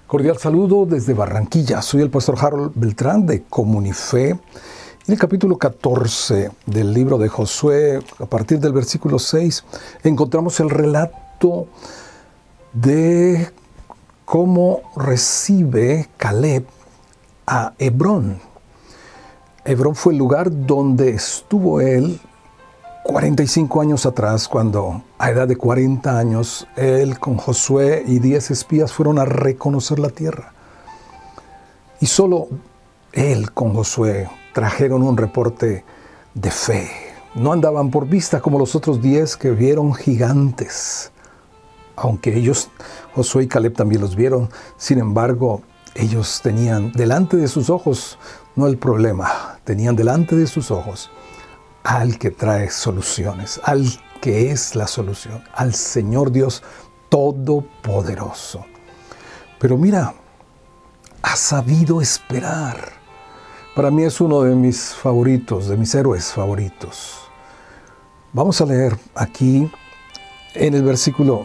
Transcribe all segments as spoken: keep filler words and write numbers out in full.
Cordial saludo desde Barranquilla. Soy el pastor Harold Beltrán de Comunife. En el capítulo catorce del libro de Josué, a partir del versículo seis, encontramos el relato de cómo recibe Caleb a Hebrón. Hebrón fue el lugar donde estuvo él cuarenta y cinco años atrás, cuando a edad de cuarenta años, él con Josué y diez espías fueron a reconocer la tierra. Y solo él con Josué trajeron un reporte de fe. No andaban por vista como los otros diez que vieron gigantes. Aunque ellos, Josué y Caleb también los vieron, sin embargo, ellos tenían delante de sus ojos, no el problema, tenían delante de sus ojos al que trae soluciones, al que es la solución, al Señor Dios Todopoderoso. Pero mira, ha sabido esperar. Para mí es uno de mis favoritos, de mis héroes favoritos. Vamos a leer aquí en el versículo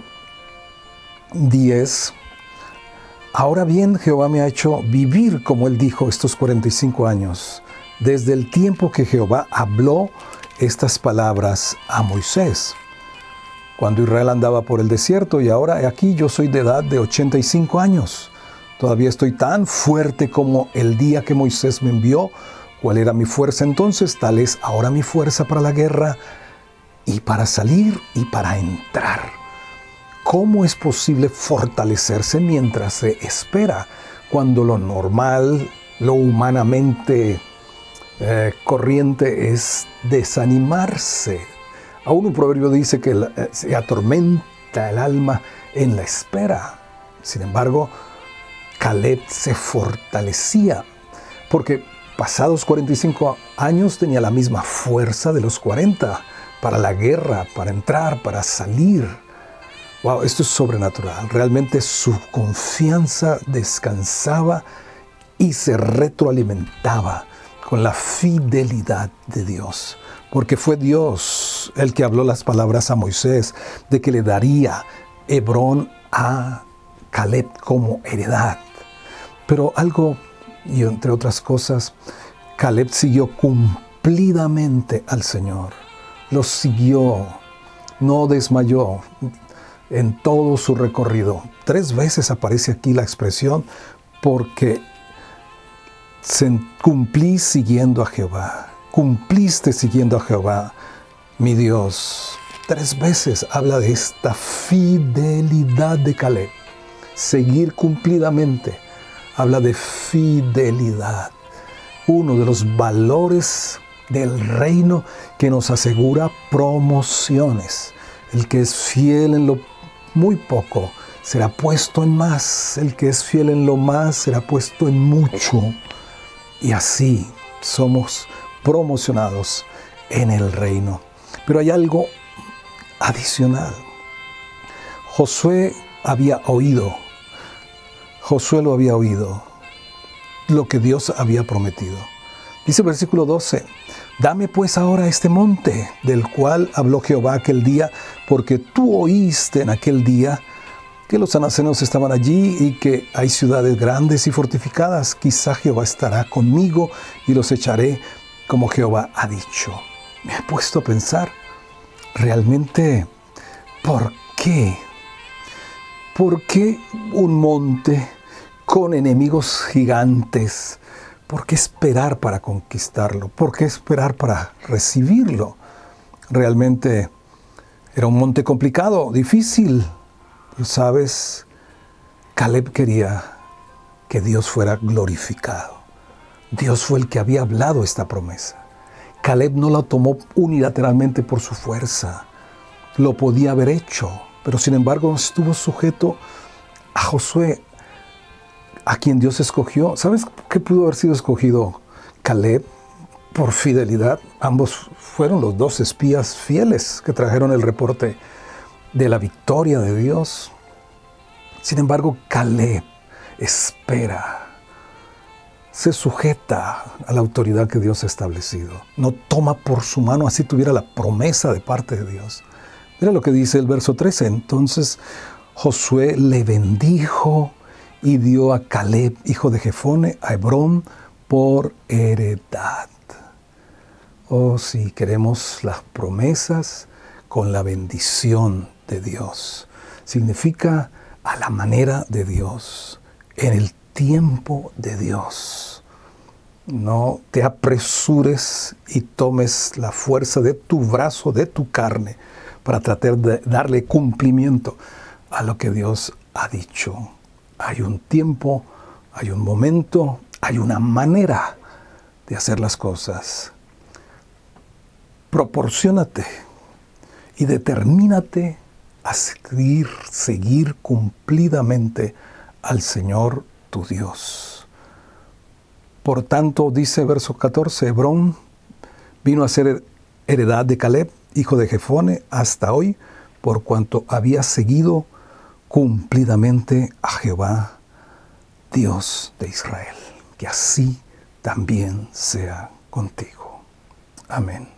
diez. Ahora bien, Jehová me ha hecho vivir, como él dijo, estos cuarenta y cinco años, desde el tiempo que Jehová habló estas palabras a Moisés, cuando Israel andaba por el desierto, y ahora aquí yo soy de edad de ochenta y cinco años. Todavía estoy tan fuerte como el día que Moisés me envió. ¿Cuál era mi fuerza entonces? Tal es ahora mi fuerza para la guerra y para salir y para entrar. ¿Cómo es posible fortalecerse mientras se espera, cuando lo normal, lo humanamente eh, corriente es desanimarse? Aún un proverbio dice que eh, se atormenta el alma en la espera. Sin embargo, Caleb se fortalecía, porque pasados cuarenta y cinco años tenía la misma fuerza de los cuarenta para la guerra, para entrar, para salir. Wow, esto es sobrenatural. Realmente su confianza descansaba y se retroalimentaba con la fidelidad de Dios. Porque fue Dios el que habló las palabras a Moisés de que le daría Hebrón a Caleb como heredad. Pero algo, y entre otras cosas, Caleb siguió cumplidamente al Señor. Lo siguió, no desmayó en todo su recorrido. Tres veces aparece aquí la expresión, porque se cumplí siguiendo a Jehová. Cumpliste siguiendo a Jehová, mi Dios. Tres veces habla de esta fidelidad de Caleb. Seguir cumplidamente habla de fidelidad. Uno de los valores del reino que nos asegura promociones. El que es fiel en lo muy poco será puesto en más. El que es fiel en lo más será puesto en mucho. Y así somos promocionados en el reino. Pero hay algo adicional. Josué había oído, Josué lo había oído, lo que Dios había prometido. Dice el versículo doce, dame pues ahora este monte, del cual habló Jehová aquel día, porque tú oíste en aquel día que los anacenos estaban allí y que hay ciudades grandes y fortificadas. Quizá Jehová estará conmigo y los echaré como Jehová ha dicho. Me he puesto a pensar, realmente, ¿por qué? ¿Por qué un monte con enemigos gigantes? ¿Por qué esperar para conquistarlo? ¿Por qué esperar para recibirlo? Realmente era un monte complicado, difícil. Pero sabes, Caleb quería que Dios fuera glorificado. Dios fue el que había hablado esta promesa. Caleb no la tomó unilateralmente por su fuerza. Lo podía haber hecho, pero sin embargo estuvo sujeto a Josué, a quien Dios escogió. ¿Sabes qué pudo haber sido escogido Caleb? Por fidelidad. Ambos fueron los dos espías fieles que trajeron el reporte de la victoria de Dios. Sin embargo, Caleb espera, se sujeta a la autoridad que Dios ha establecido. No toma por su mano, así tuviera la promesa de parte de Dios. Mira lo que dice el verso trece. Entonces Josué le bendijo y dio a Caleb, hijo de Jefone, a Hebrón por heredad. Oh, si queremos las promesas con la bendición de Dios. Significa a la manera de Dios, en el tiempo de Dios. No te apresures y tomes la fuerza de tu brazo, de tu carne, para tratar de darle cumplimiento a lo que Dios ha dicho. Hay un tiempo, hay un momento, hay una manera de hacer las cosas. Proporciónate y determínate a seguir, seguir cumplidamente al Señor tu Dios. Por tanto, dice verso catorce, Hebrón vino a ser heredad de Caleb, hijo de Jefone, hasta hoy, por cuanto había seguido cumplidamente a Jehová, Dios de Israel. Que así también sea contigo. Amén.